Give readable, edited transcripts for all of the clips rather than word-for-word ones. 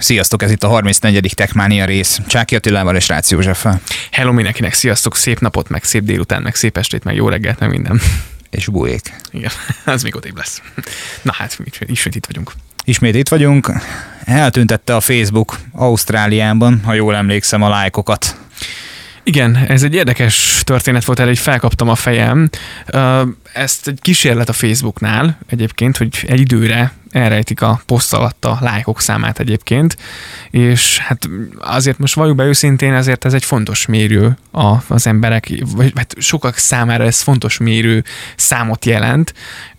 Sziasztok, ez itt a 34. Techmania rész. Csáky Attilával és Rácz Józseffel. Hello mindenkinek, sziasztok, szép napot, meg szép délután, meg szép estét, meg jó reggelt, meg minden. És bujék. Igen, az még odébb lesz. Na hát, ismét itt vagyunk. Ismét itt vagyunk. Eltüntette a Facebook Ausztráliában, ha jól emlékszem, a lájkokat. Igen, ez egy érdekes történet volt, erre így felkaptam a fejem. Ezt egy kísérlet a Facebooknál egyébként, hogy egy időre elrejtik a poszt alatt a lájkok számát egyébként, és hát azért most valljuk be őszintén, azért ez egy fontos mérő az emberek, vagy sokak számára ez fontos mérő számot jelent,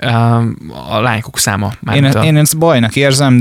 a lájkok száma. Én ezt bajnak érzem,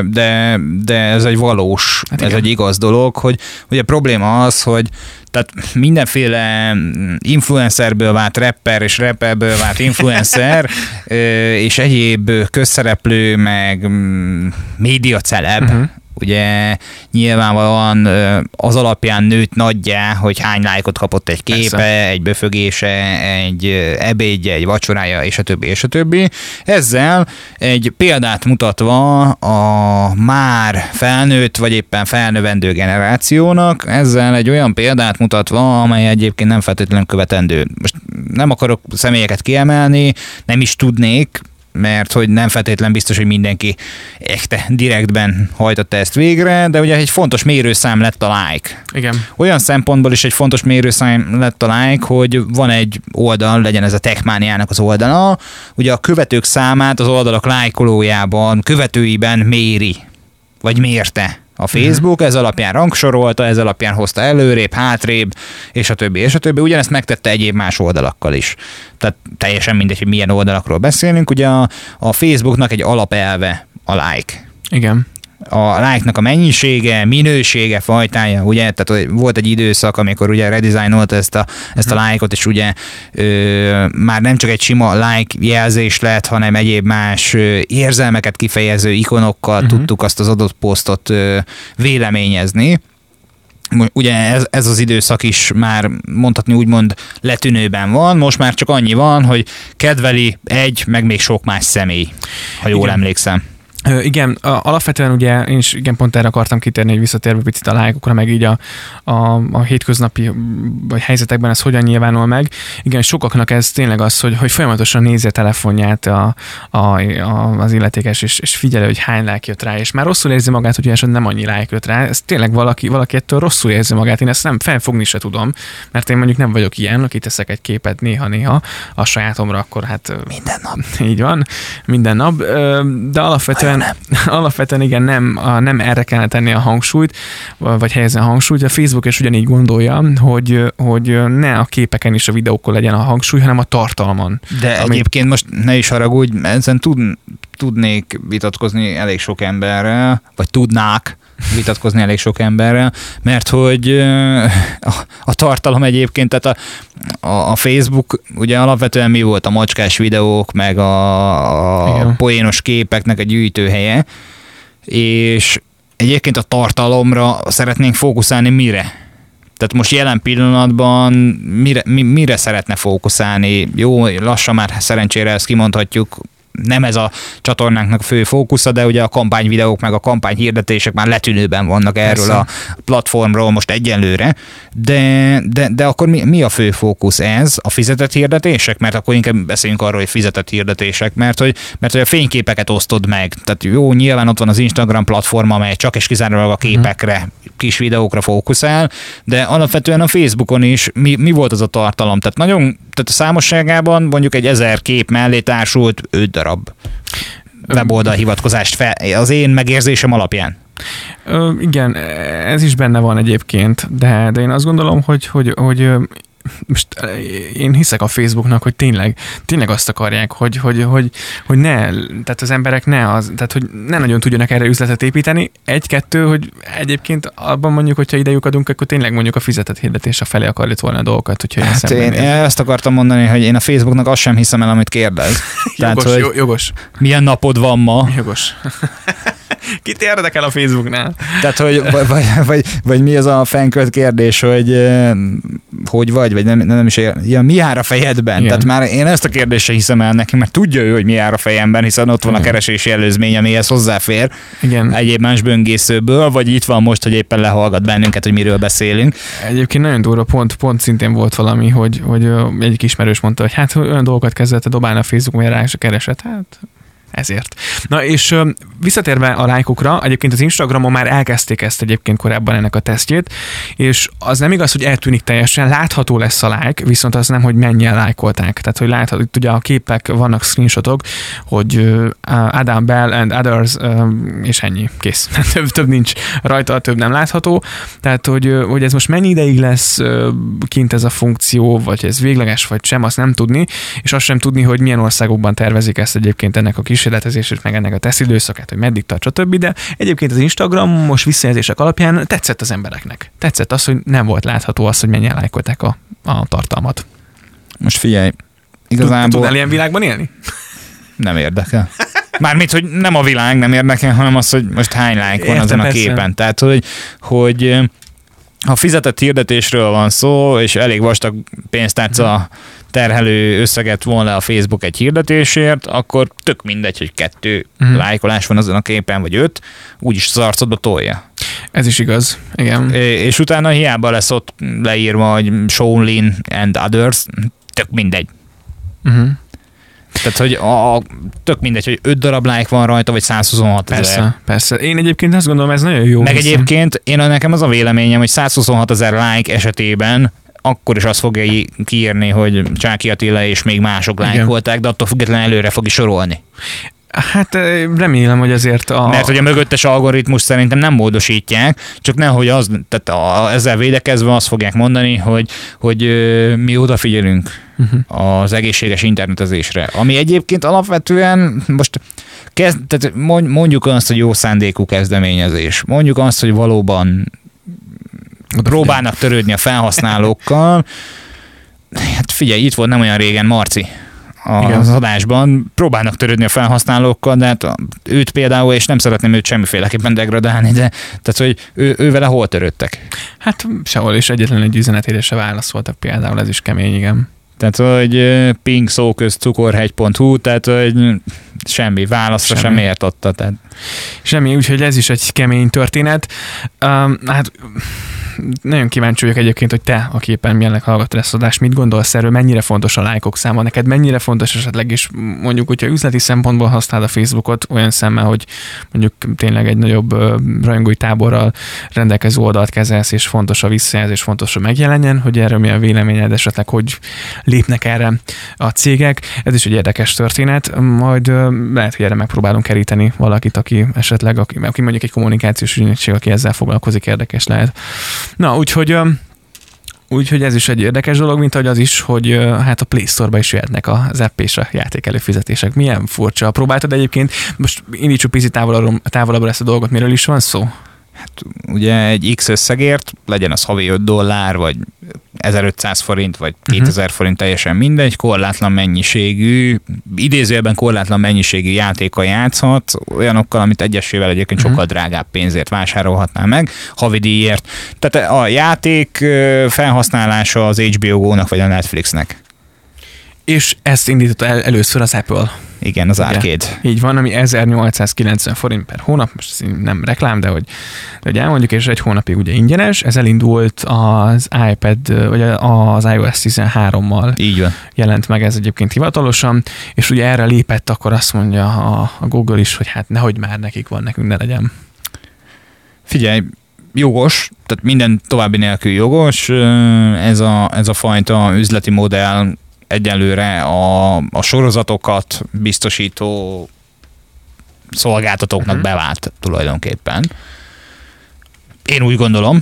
de ez egy valós, hát ez egy igaz dolog, hogy a probléma az, hogy tehát mindenféle influencerből vált rapper, és rapperből vált influencer, és egyéb közszereplő, meg médiaceleb, ugye nyilvánvalóan az alapján nőtt nagyjá, hogy hány lájkot kapott egy képe, persze, egy befögése, egy ebédje, egy vacsorája, és a többi, és a többi. Ezzel egy példát mutatva a már felnőtt, vagy éppen felnövendő generációnak, ezzel egy olyan példát mutatva, amely egyébként nem feltétlenül követendő. Most nem akarok személyeket kiemelni, nem is tudnék, mert hogy nem feltétlen biztos, hogy mindenki echte direktben hajtotta ezt végre, de ugye egy fontos mérőszám lett a like. Igen. Olyan szempontból is egy fontos mérőszám lett a like, hogy van egy oldal, legyen ez a Techmaniának az oldala, ugye a követők számát az oldalak lájkolójában, követőiben méri, vagy mérte a Facebook, ez alapján rangsorolta, ez alapján hozta előrébb, hátrébb, és a többi, és a többi. Ugyanezt megtette egyéb más oldalakkal is. Tehát teljesen mindegy, hogy milyen oldalakról beszélünk. Ugye a Facebooknak egy alapelve a like. Igen. A like-nak a mennyisége, minősége, fajtája, ugye, tehát volt egy időszak, amikor ugye redesignolta ezt a like-ot, és ugye már nem csak egy sima like jelzés lett, hanem egyéb más érzelmeket kifejező ikonokkal tudtuk azt az adott posztot véleményezni. Ugye ez az időszak is már mondhatni úgymond letűnőben van, most már csak annyi van, hogy kedveli egy, meg még sok más személy, ha jól emlékszem. Igen, alapvetően ugye én is igen, pont erre akartam kitérni, hogy visszatérve picit a lájkokra, meg így a hétköznapi vagy helyzetekben ez hogyan nyilvánul meg. Igen, sokaknak ez tényleg az, hogy folyamatosan nézi a telefonját az illetékes, és figyelő, hogy hány lájk jött rá, és már rosszul érzi magát, hogy esetleg nem annyi lájk jött rá. Ez tényleg valaki ettől rosszul érzi magát. Én ezt nem felfogni se tudom, mert én mondjuk nem vagyok ilyen, aki teszek egy képet néha-néha a sajátomra, akkor hát minden nap. Így van, minden nap, de alapvetően igen, nem erre kellene tenni a hangsúlyt, vagy helyezni a hangsúlyt. A Facebook is ugyanígy gondolja, hogy ne a képeken és a videókon legyen a hangsúly, hanem a tartalmon. De egyébként most ne is haragudj, ezen tudnék vitatkozni elég sok emberrel, vagy tudnák vitatkozni elég sok emberrel, mert hogy a tartalom egyébként, tehát a Facebook ugye alapvetően mi volt? A macskás videók, meg a poénos képeknek a gyűjtőhelye, és egyébként a tartalomra szeretnénk fókuszálni mire? Tehát most jelen pillanatban mire szeretne fókuszálni? Jó, lassan már szerencsére ezt kimondhatjuk, nem ez a csatornánknak fő fókusza, de ugye a kampányvideók meg a kampányhirdetések már letűnőben vannak erről a platformról most egyenlőre, de akkor mi a fő fókusz? Ez a fizetett hirdetések? Mert akkor inkább beszéljünk arról, hogy fizetett hirdetések, mert hogy a fényképeket osztod meg. Tehát jó, nyilván ott van az Instagram platform, amely csak és kizárólag a képekre, kis videókra fókuszál, de alapvetően a Facebookon is mi volt az a tartalom? Tehát a számosságában mondjuk egy 1000 kép mellé társult 5 darab weboldal hivatkozást az én megérzésem alapján. Igen, ez is benne van egyébként, de én azt gondolom, hogy most én hiszek a Facebooknak, hogy tényleg azt akarják, hogy ne, tehát az emberek tehát hogy ne nagyon tudjanak erre üzletet építeni. Egy-kettő, hogy egyébként abban mondjuk, hogyha ide lyukadunk, akkor tényleg mondjuk a fizetett hirdetés a felé akarít volna a dolgokat, hogyha hát én ezt akartam mondani, hogy én a Facebooknak azt sem hiszem el, amit kérdez. Jogos, tehát, jogos. Milyen napod van ma? Jogos. Kit érdekel a Facebooknál? Tehát, hogy vagy mi az a fenkölt kérdés, hogy hogy vagy nem is ilyen, mi jár a fejedben? Igen. Tehát már én ezt a kérdést sem hiszem el neki, mert tudja ő, hogy mi jár a fejemben, hiszen ott van a keresési előzmény, amihez hozzáfér egyéb más böngészőből, vagy itt van most, hogy éppen lehallgat bennünket, hogy miről beszélünk. Egyébként nagyon durva, pont szintén volt valami, hogy egyik ismerős mondta, hogy hát olyan dolgokat kezdett dobálni a Facebookon, hogy rá is a kereset, hát ezért. Na és visszatérve a lájkokra, egyébként az Instagramon már elkezdték ezt egyébként korábban ennek a tesztjét, és az nem igaz, hogy eltűnik teljesen, látható lesz a lájk, viszont az nem, hogy mennyien lájkolták. Tehát, hogy látható, itt ugye a képek, vannak screenshotok, hogy Adam Bell and others, és ennyi, kész. több nincs rajta, több nem látható. Tehát, hogy ez most mennyi ideig lesz kint ez a funkció, vagy ez végleges, vagy sem, azt nem tudni, és azt sem tudni, hogy milyen országokban tervezik ezt egyébként ennek a kísérletezését, meg ennek a tesztidőszakát, hogy meddig tart, stb. De egyébként az Instagram most visszajelzések alapján tetszett az embereknek. Tetszett az, hogy nem volt látható az, hogy mennyien lájkolták a tartalmat. Most figyelj, igazából... Tudnál ilyen világban élni? Nem érdekel. Mármint, hogy nem a világ nem érdekel, hanem az, hogy most hány like van azon a képen. Tehát, hogy ha fizetett hirdetésről van szó, és elég vastag pénztárca terhelő összeget von le a Facebook egy hirdetésért, akkor tök mindegy, hogy 2 lájkolás van azon a képen, vagy 5, úgyis az arcodba tolja. Ez is igaz, igen. És utána hiába lesz ott leírva, hogy Sean Lin and others, tök mindegy. Tehát, hogy tök mindegy, hogy 5 darab like van rajta, vagy 126 000. Persze. Én egyébként azt gondolom, ez nagyon jó. Meg egyébként nekem az a véleményem, hogy 126 000 like esetében akkor is azt fogja kiírni, hogy Csáki Attila és még mások lájkolták, de attól függetlenül előre fogja sorolni. Hát remélem, hogy azért Mert hogy a mögöttes algoritmus szerintem nem módosítják, csak nehogy ezzel védekezve azt fogják mondani, hogy mi odafigyelünk az egészséges internetezésre. Ami egyébként alapvetően most tehát mondjuk azt, hogy jó szándékú kezdeményezés. Mondjuk azt, hogy valóban próbálnak törődni a felhasználókkal. Hát figyelj, itt volt nem olyan régen Marci az adásban, próbálnak törődni a felhasználókkal, de hát őt például, és nem szeretném őt semmiféleképpen degradálni, de tehát, hogy ő vele hol törődtek? Hát sehol is, egyetlen egy üzenetére se válaszoltak például, ez is kemény, igen. Tehát, hogy ping szóköz cukorhegy.hu, tehát, hogy semmi válaszra sem ért adta. Tehát. Semmi, úgyhogy ez is egy kemény történet. Hát nagyon kíváncsi vagyok egyébként, hogy te, aki éppen jelenleg hallgatod ezt adást, mit gondolsz erről, mennyire fontos a lájkok száma, neked mennyire fontos esetleg is, mondjuk, hogyha üzleti szempontból használod a Facebookot olyan szemmel, hogy mondjuk tényleg egy nagyobb rajongói táborral rendelkező oldalt kezelsz, és fontos a visszajelzés, fontos, hogy megjelenjen, hogy erről mi a véleményed, esetleg hogy lépnek erre a cégek. Ez is egy érdekes történet, majd lehet, hogy erre megpróbálunk keríteni valakit, aki esetleg, aki mondjuk egy kommunikációs ügynökség, aki ezzel foglalkozik, érdekes lehet. Na, úgyhogy ez is egy érdekes dolog, mint ahogy az is, hogy hát a Play Store-ba is jöhetnek az app és a játék előfizetések. Milyen furcsa. Próbáltad egyébként, most indítsuk picit távolabbra ezt a dolgot, miről is van szó? Hát ugye egy X összegért, legyen az havi $5, vagy 1500 forint, vagy 2000 forint, teljesen mindegy, korlátlan mennyiségű, idézőjelben korlátlan mennyiségű játékkal játszhat, olyanokkal, amit egyesével egyébként sokkal drágább pénzért vásárolhatnál meg, havidíjért. Tehát a játék felhasználása az HBO Go-nak, vagy a Netflixnek. És ezt indította először az Apple. Igen, az Arcade. Így van, ami 1890 forint per hónap, most nem reklám, de hogy elmondjuk, és egy hónapig ugye ingyenes. Ez elindult az iPad, vagy az iOS 13-mal. Így van. Jelent meg ez egyébként hivatalosan, és ugye erre lépett, akkor azt mondja a Google is, hogy hát nehogy már nekik van, nekünk ne legyen. Figyelj, jogos, tehát minden további nélkül jogos. Ez a fajta üzleti modell egyelőre a sorozatokat biztosító szolgáltatóknak bevált tulajdonképpen. Én úgy gondolom.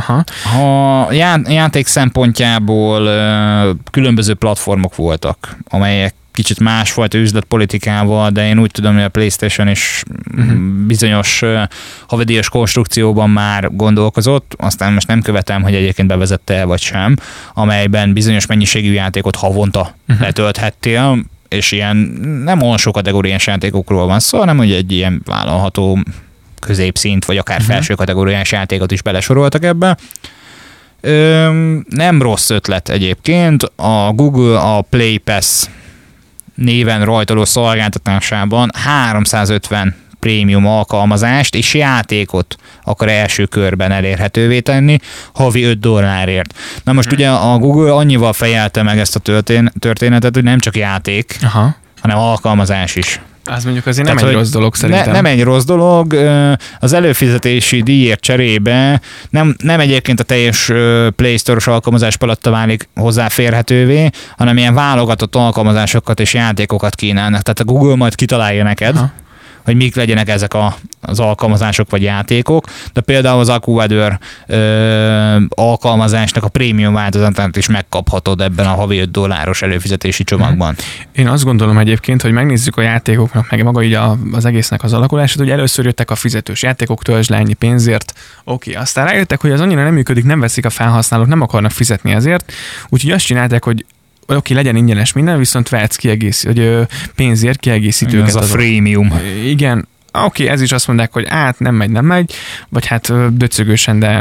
A játék szempontjából különböző platformok voltak, amelyek kicsit másfajta üzletpolitikával, de én úgy tudom, hogy a PlayStation is bizonyos havidíjas konstrukcióban már gondolkozott, aztán most nem követem, hogy egyébként bevezette el vagy sem, amelyben bizonyos mennyiségű játékot havonta letölthettél, és ilyen nem olyan sok kategóriás játékokról van szó, hanem hogy egy ilyen vállalható középszint, vagy akár felső kategóriás játékot is belesoroltak ebbe. Nem rossz ötlet egyébként. A Google a Play Pass néven rajtoló szolgáltatásában 350 prémium alkalmazást és játékot akar első körben elérhetővé tenni, havi $5. Na most ugye a Google annyival fejelte meg ezt a történetet, hogy nem csak játék, hanem alkalmazás is. Az mondjuk azért nem egy rossz dolog szerintem. Nem egy rossz dolog. Az előfizetési díjért cserébe nem egyébként a teljes Play Store-os alkalmazás palatta válik hozzáférhetővé, hanem ilyen válogatott alkalmazásokat és játékokat kínálnak. Tehát a Google majd kitalálja neked, hogy mik legyenek ezek az alkalmazások vagy játékok, de például az AccuWeather alkalmazásnak a prémium változatát is megkaphatod ebben a havi $5 előfizetési csomagban. Én azt gondolom egyébként, hogy megnézzük a játékoknak, meg maga így az egésznek az alakulását, hogy először jöttek a fizetős játékok, töltsd le ennyi pénzért, oké. Aztán rájöttek, hogy az annyira nem működik, nem veszik a felhasználók, nem akarnak fizetni ezért, úgyhogy azt csinálták, hogy oké, legyen ingyenes minden, viszont vehetsz pénzért kiegészítőket. Ez a freemium. Igen. Oké, ez is azt mondják, hogy nem megy, vagy hát döcögősen, de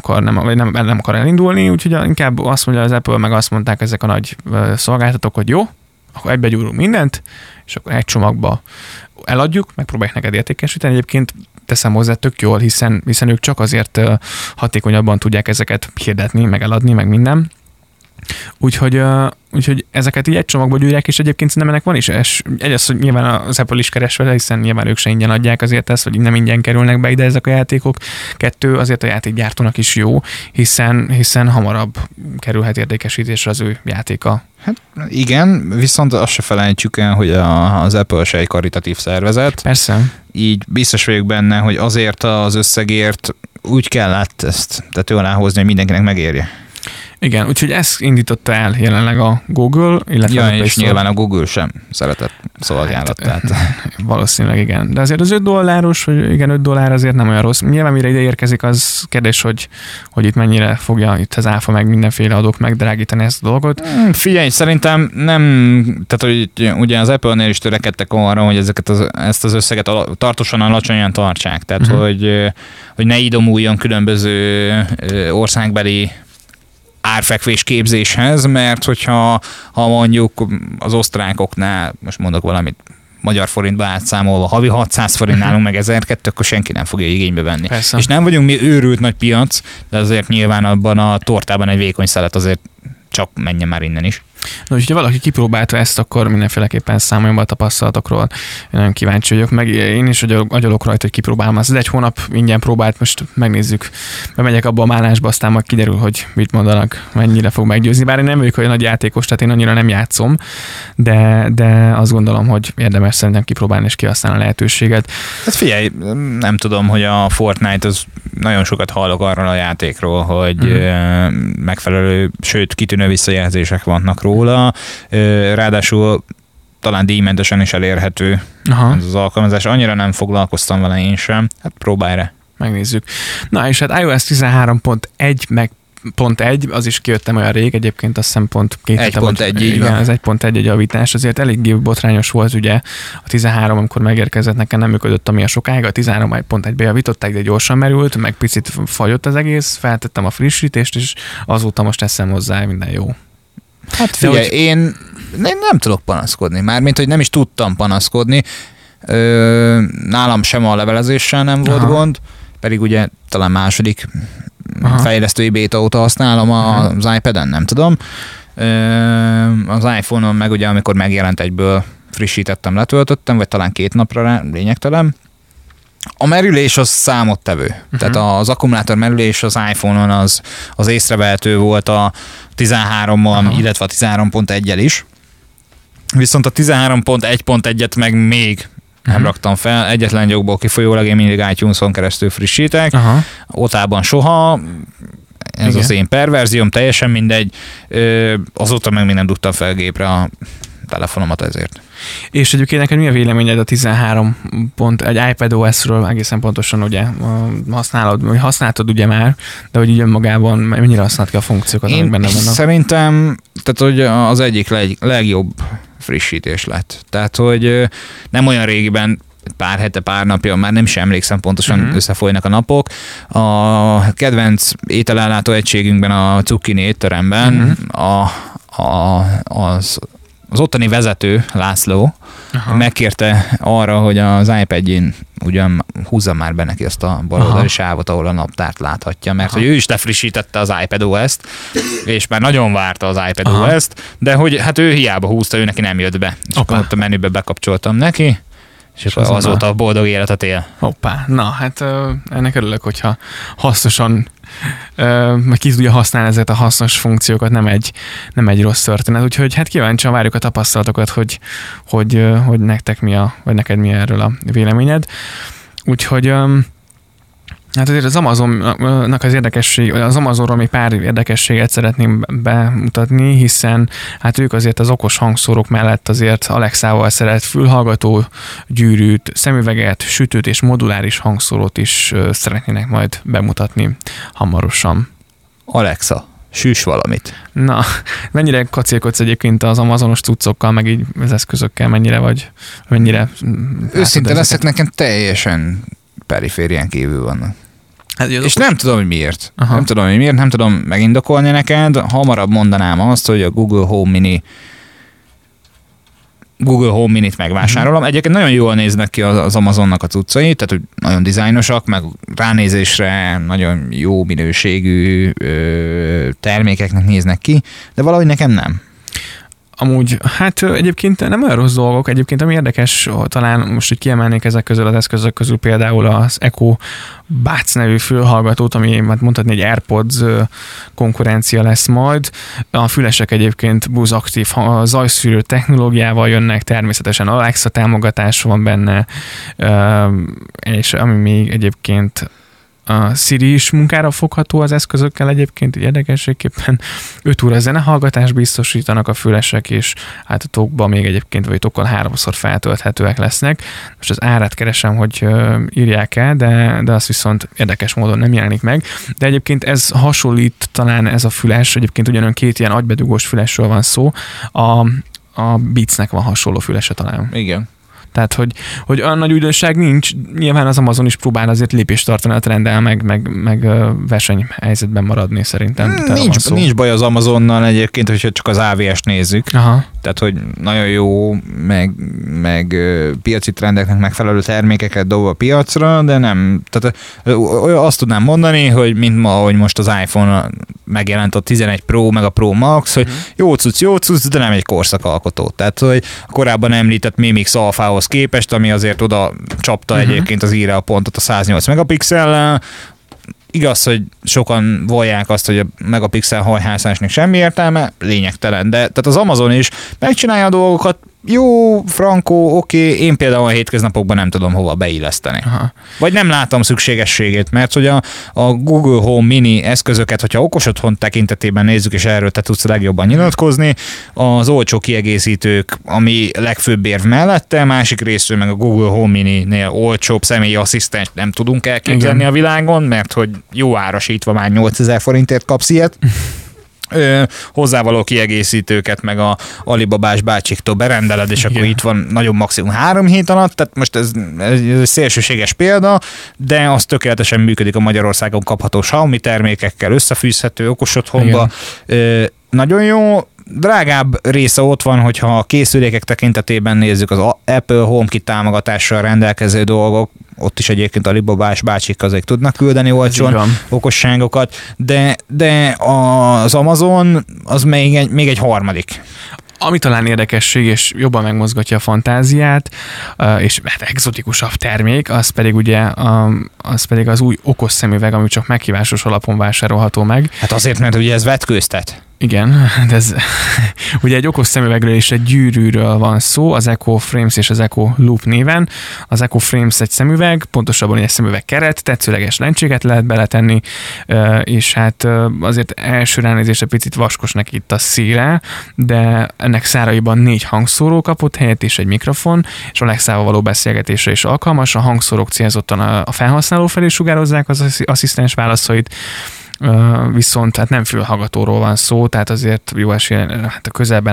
nem akar elindulni, úgyhogy inkább azt mondja az Apple, meg azt mondták ezek a nagy szolgáltatók, hogy jó, akkor egybe gyúrunk mindent, és akkor egy csomagba eladjuk, megpróbálják neked értékesíteni. Egyébként teszem hozzá tök jól, hiszen ők csak azért hatékonyabban tudják ezeket hirdetni, meg eladni, meg minden. Úgyhogy ezeket így egy csomagba gyűjtják, és egyébként szerintem ennek van is az, hogy nyilván az Apple is keres vele, hiszen nyilván ők se ingyen adják azért ezt, vagy nem ingyen kerülnek be ide ezek a játékok. 2, azért a játékgyártónak is jó, hiszen hamarabb kerülhet értékesítésre az ő játéka. Hát igen, viszont azt se felejtsük el, hogy az Apple se egy karitatív szervezet. Persze. Így biztos vagyok benne, hogy azért az összegért úgy kellett ezt tető alá hozni, hogy mindenkinek megérje. Igen, úgyhogy ezt indította el jelenleg a Google, illetve és nyilván a Google sem szeretett szolgálat. Tehát. Valószínűleg igen. De azért az $5, hogy igen, $5 azért nem olyan rossz. Nyilván mire ide érkezik, az kérdés, hogy itt mennyire fogja itt az áfa meg mindenféle adók megdrágítani ezt a dolgot. Figyelj, szerintem nem, tehát hogy ugye az Apple-nél is törekedtek arra, hogy ezt az összeget tartósan alacsonyan tartsák. Tehát, hogy ne idomuljon különböző országbeli árfekvés képzéshez, mert hogyha mondjuk az osztrákoknál, most mondok valamit, magyar forintba átszámolva, havi 600 forint nálunk meg 1002, akkor senki nem fogja igénybe venni. Persze. És nem vagyunk mi őrült nagy piac, de azért nyilván abban a tortában egy vékony szelet azért csak menjen már innen is. No, hogyha valaki kipróbálta ezt, akkor mindenféleképpen számoljon be a tapasztalatokról. Én nagyon kíváncsi vagyok, meg én is agyalok rajta, hogy kipróbálom. Az 1 hónap ingyen próbált, most megnézzük. Bemegyek abba a málásba, aztán majd kiderül, hogy mit mondanak, mennyire fog meggyőzni. Bár én nem vagyok olyan nagy játékos, tehát én annyira nem játszom, de azt gondolom, hogy érdemes szerintem kipróbálni és kihasználni a lehetőséget. Hát figyelj, nem tudom, hogy a Fortnite, az nagyon sokat hallok arról a játékról, hogy megfelelő, sőt kitűnő visszajelzések vannak róla. Ráadásul talán díjmentesen is elérhető ez az alkalmazás. Annyira nem foglalkoztam vele én sem. Hát próbálj rá. Megnézzük. Na és hát iOS 13.1 meg .1, az is kijöttem olyan rég, egyébként azt hiszem pont 2 hete volt. 1.1, így igen, van. az 1.1 egy javítás, azért eléggé botrányos volt, ugye a 13, amikor megérkezett, nekem nem működött ami a sokáig, a 13.1-be javították, de gyorsan merült, meg picit fagyott az egész, feltettem a frissítést, és azóta most teszem hozzá, minden jó. Hát figyelj, én nem tudok panaszkodni, mármint, hogy nem is tudtam panaszkodni. Nálam sem a levelezéssel nem volt gond, pedig ugye talán második fejlesztői béta óta használom az iPad-en, nem tudom. Az iPhone-on meg ugye, amikor megjelent, egyből frissítettem, letöltöttem, vagy talán 2 napra rá, lényegtelen. A merülés az számottevő. Tehát az akkumulátor merülés az iPhone-on az észrevehető volt a 13-on, illetve a 13.1-el is. Viszont a 13.1.1-et meg még nem raktam fel, egyetlen jogból kifolyólag én mindig iTunes-on keresztül frissítek. Otában soha, ez az én perverzióm, teljesen mindegy. Azóta meg még nem dugtam fel gépre a telefonomat ezért. És egyébként neked mi a véleményed a 13.1 iPadOS-ről, egészen pontosan ugye használtad ugye már, de hogy így önmagában mennyire használod ki a funkciókat, amik benne vannak? Szerintem, tehát hogy az egyik legjobb frissítés lett. Tehát, hogy nem olyan régiben pár hete, pár napja, már nem is emlékszem pontosan, összefolynak a napok. A kedvenc ételellátó egységünkben, a Zucchini étteremben az ottani vezető, László, megkérte arra, hogy az iPad-jén ugyan húzza már be neki azt a baloldali sávot, ahol a naptárt láthatja, mert hogy ő is lefrissítette az iPadOS-t, és már nagyon várta az iPadOS-t, de hogy hát ő hiába húzta, ő neki nem jött be. És akkor ott a menübe bekapcsoltam neki, és azóta a boldog életet él. Hoppá, na hát ennek örülök, hogyha hasznosan meg ki tudja használni ezeket a hasznos funkciókat, nem egy rossz történet. Úgyhogy hát kíváncsian várjuk a tapasztalatokat, hogy nektek vagy neked mi erről a véleményed. Úgyhogy hát azért az Amazonnak az érdekesség, az Amazonról még pár érdekességet szeretném bemutatni, hiszen hát ők azért az okos hangszórók mellett azért Alexával szerelt fülhallgató, gyűrűt, szemüveget, sütőt és moduláris hangszórót is szeretnének majd bemutatni hamarosan. Alexa, süss valamit. Na, mennyire kacérkodsz egyébként az amazonos cuccokkal, meg így az eszközökkel, mennyire őszinte leszek, nekem teljesen periférián kívül vannak. Hát, és nem tudom, hogy miért. Nem tudom megindokolni neked. Hamarabb mondanám azt, hogy a Google Home Minit megvásárolom. Egyébként nagyon jól néznek ki az Amazonnak a cuccai, tehát hogy nagyon dizájnosak, meg ránézésre nagyon jó minőségű termékeknek néznek ki, de valahogy nekem nem. Amúgy, hát egyébként nem olyan rossz dolgok, egyébként ami érdekes, talán most így kiemelnék ezek közül az eszközök közül például az Echo Buds nevű fülhallgatót, ami hát mondhatni egy AirPods konkurencia lesz majd. A fülesek egyébként Bose aktív zajszűrő technológiával jönnek, természetesen Alexa támogatás van benne, és ami még egyébként a Siri is munkára fogható az eszközökkel egyébként, így érdekességképpen 5 óra zenehallgatást biztosítanak a fülesek, és hát a tokban még egyébként, vagy tokkal 3-szor feltölthetőek lesznek. Most az árát keresem, hogy írják el, de az viszont érdekes módon nem jelenik meg. De egyébként ez hasonlít talán ez a füles, egyébként ugyanolyan 2 ilyen agybedugós fülesről van szó, a Beatsnek van hasonló fülese talán. Igen. Tehát, hogy olyan nagy újdonság nincs, nyilván az Amazon is próbál azért lépést tartani a trenddel, meg versenyhelyzetben maradni szerintem. Nincs baj az Amazonnal egyébként, hogyha csak az AVS-t nézzük. Aha. Tehát, hogy nagyon jó, meg piaci trendeknek megfelelő termékeket dob a piacra, de nem. Tehát azt tudnám mondani, hogy mint ma, hogy most az iPhone megjelent a 11 Pro, meg a Pro Max, hogy jó cucc, de nem egy korszakalkotó. Tehát, hogy a korábban említett Mi Mix Alphához képest, ami azért oda csapta egyébként az íre a pontot a 108 megapixellel. Igaz, hogy sokan vallják azt, hogy a megapixel hajhászásnak semmi értelme, lényegtelen, de tehát az Amazon is megcsinálja a dolgokat, jó, frankó, oké, én például a hétköznapokban nem tudom hova beilleszteni. Aha. Vagy nem látom szükségességét, mert hogy a Google Home Mini eszközöket, hogyha okos otthon tekintetében nézzük, és erről te tudsz legjobban nyilatkozni, az olcsó kiegészítők, ami legfőbb érv mellette, másik részről meg a Google Home Mini-nél olcsóbb személyi asszisztens nem tudunk elképzelni a világon, mert hogy jó árasítva már 8000 forintért kapsz ilyet. Hozzávaló kiegészítőket, meg a Alibabás bácsiktól berendeled, és akkor itt van nagyon maximum 3 hét alatt, tehát most ez egy szélsőséges példa, de az tökéletesen működik a Magyarországon kapható Xiaomi termékekkel, összefűzhető okos otthonba. Nagyon jó. Drágább része ott van, hogyha a készülékek tekintetében nézzük, az Apple HomeKit támogatással rendelkező dolgok, ott is egyébként a Alibabás bácsik azért tudnak küldeni olcsón okosságokat, de az Amazon az még egy harmadik. Ami talán érdekesség, és jobban megmozgatja a fantáziát, és egzotikusabb termék, az pedig ugye az új okos szemüveg, ami csak meghívásos alapon vásárolható meg. Hát azért, mert ugye ez vetkőztet. Igen, de ez ugye egy okos szemüvegről és egy gyűrűről van szó, az Echo Frames és az Echo Loop néven. Az Echo Frames egy szemüveg, pontosabban egy szemüveg keret, tetszőleges lencséget lehet beletenni, és hát azért első ránézésre picit vaskosnak itt a szíle, de ennek száraiban 4 hangszóró kapott helyet és egy mikrofon, és Alexával való beszélgetésre is alkalmas. A hangszórók célzottan a felhasználó felé sugározzák az asszisztens válaszait, viszont hát nem fülhallgatóról van szó, tehát azért jó esélye, hát a közelben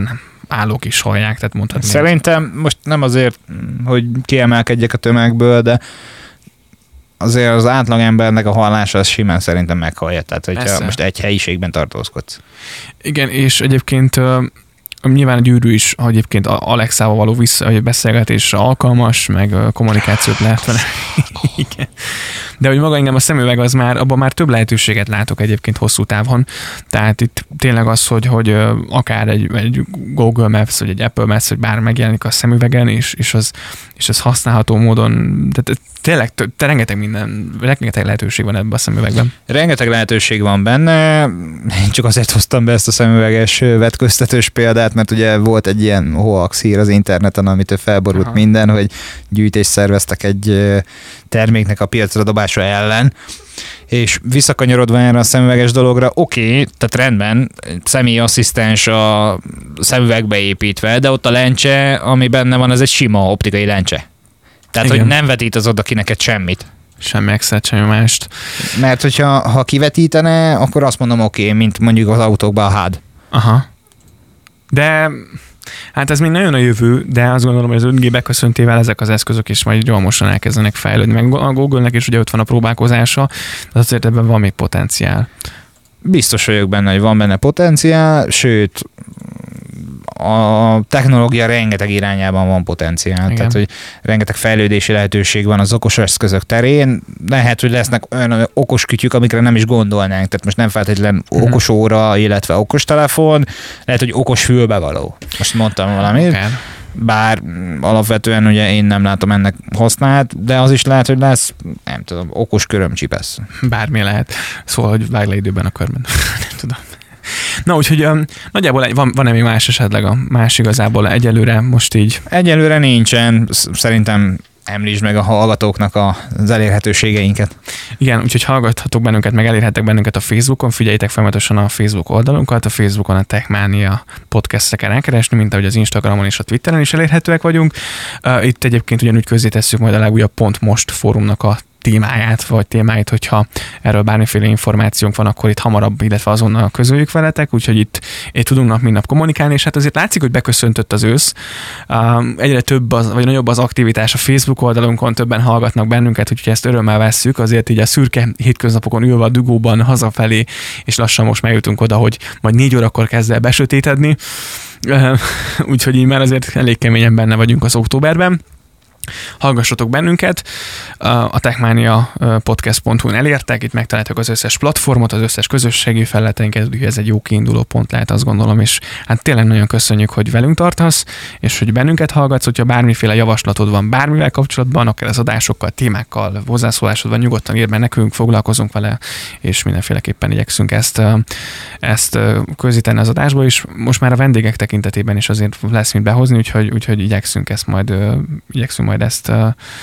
állók is hallják, tehát mondhatni. Szerintem most nem azért, hogy kiemelkedjek a tömegből, de azért az átlagembernek a hallása az simán szerintem meghallja, tehát hogyha Persze. most egy helyiségben tartózkodsz. Igen, és egyébként nyilván a gyűrű is, ha egyébként Alexával való beszélgetésre alkalmas, meg kommunikációt lehet vele. Igen. De hogy maga engem a szemüveg az már, abban már több lehetőséget látok egyébként hosszú távon. Tehát itt tényleg az, hogy akár egy Google Maps, vagy egy Apple Maps, vagy bár megjelenik a szemüvegen, és az használható módon, tehát tényleg rengeteg lehetőség van ebben a szemüvegben. Rengeteg lehetőség van benne, én csak azért hoztam be ezt a szemüveges vetköztetős példát, mert ugye volt egy ilyen hoax hír az interneten, amitől felborult minden, hogy gyűjtést szerveztek egy terméknek a piacra dobása ellen, és visszakanyarodva erre a szemüveges dologra, oké, tehát rendben, személyasszisztens a szemüvegbe építve, de ott a lencse, ami benne van, az egy sima optikai lencse. Tehát, igen, hogy nem vetít az oda ki neked semmit. Semmi extra, semmi mást. Mert hogyha kivetítene, akkor azt mondom oké, mint mondjuk az autókban a HUD. Aha. De hát ez még nagyon a jövő, de azt gondolom, hogy az 5G beköszöntével ezek az eszközök is majd gyorsan elkezdenek fejlődni. Meg a Google-nek is ugye ott van a próbálkozása, de azért ebben van még potenciál. Biztos vagyok benne, hogy van benne potenciál, sőt, a technológia rengeteg irányában van potenciál. Igen. Tehát, hogy rengeteg fejlődési lehetőség van az okos eszközök terén. Lehet, hogy lesznek olyan okos kütyük, amikre nem is gondolnánk. Tehát most nem feltétlenül okos óra, illetve okos telefon, lehet, hogy okos fülbevaló. Most mondtam valamit. Okay. Bár alapvetően ugye én nem látom ennek hasznát, de az is lehet, hogy lesz, nem tudom, okos körömcsipesz. Bármi lehet. Szóval, hogy vág le időben a körben. Nem tudom. Na, úgyhogy nagyjából van-e még más esetleg más igazából egyelőre most így? Egyelőre nincsen. Szerintem említsd meg a hallgatóknak az elérhetőségeinket. Igen, úgyhogy hallgathatok bennünket, meg elérhetek bennünket a Facebookon, figyeljétek folyamatosan a Facebook oldalunkat, a Facebookon a Techmania podcastre kell elkeresni, mint ahogy az Instagramon és a Twitteren is elérhetőek vagyunk. Itt egyébként ugyanúgy közzétesszük majd a legújabb Pont Most fórumnak a témáit, hogyha erről bármiféle információnk van, akkor itt hamarabb, illetve azonnal közöljük veletek, úgyhogy itt tudunk nap mint nap kommunikálni, és hát azért látszik, hogy beköszöntött az ősz. Egyre több vagy nagyobb az aktivitás a Facebook oldalunkon, többen hallgatnak bennünket, úgyhogy ezt örömmel vesszük, azért így a szürke hétköznapokon ülve a dugóban hazafelé, és lassan most megjutunk oda, hogy majd 4 órakor kezd el besötétedni, úgyhogy így már azért elég keményen benne vagyunk az októberben. Hallgassatok bennünket, a Techmania podcast.hu-n elértek, itt megtaláltok az összes platformot, az összes közösségi felületeinket, úgyhogy ez egy jó kiinduló pont lehet, azt gondolom, és hát tényleg nagyon köszönjük, hogy velünk tartasz, és hogy bennünket hallgatsz, hogyha bármiféle javaslatod van bármivel kapcsolatban, akár az adásokkal, témákkal, hozzászólásod van, nyugodtan írd be nekünk, foglalkozunk vele, és mindenféleképpen igyekszünk ezt közíteni az adásba, és most már a vendégek tekintetében is azért lesz mit behozni, úgyhogy igyekszünk majd ezt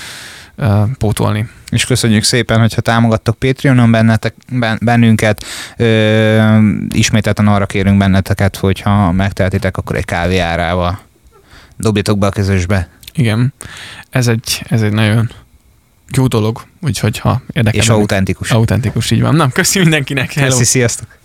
pótolni. És köszönjük szépen, hogyha támogattok Patreonon bennünket. Ismételten arra kérünk benneteket, hogyha megtehetitek, akkor egy kávé árával dobjatok be a közösbe. Igen, ez egy nagyon jó dolog, úgyhogy ha érdekel. És autentikus. Autentikus, így van. Na, köszi mindenkinek. Köszi, sziasztok.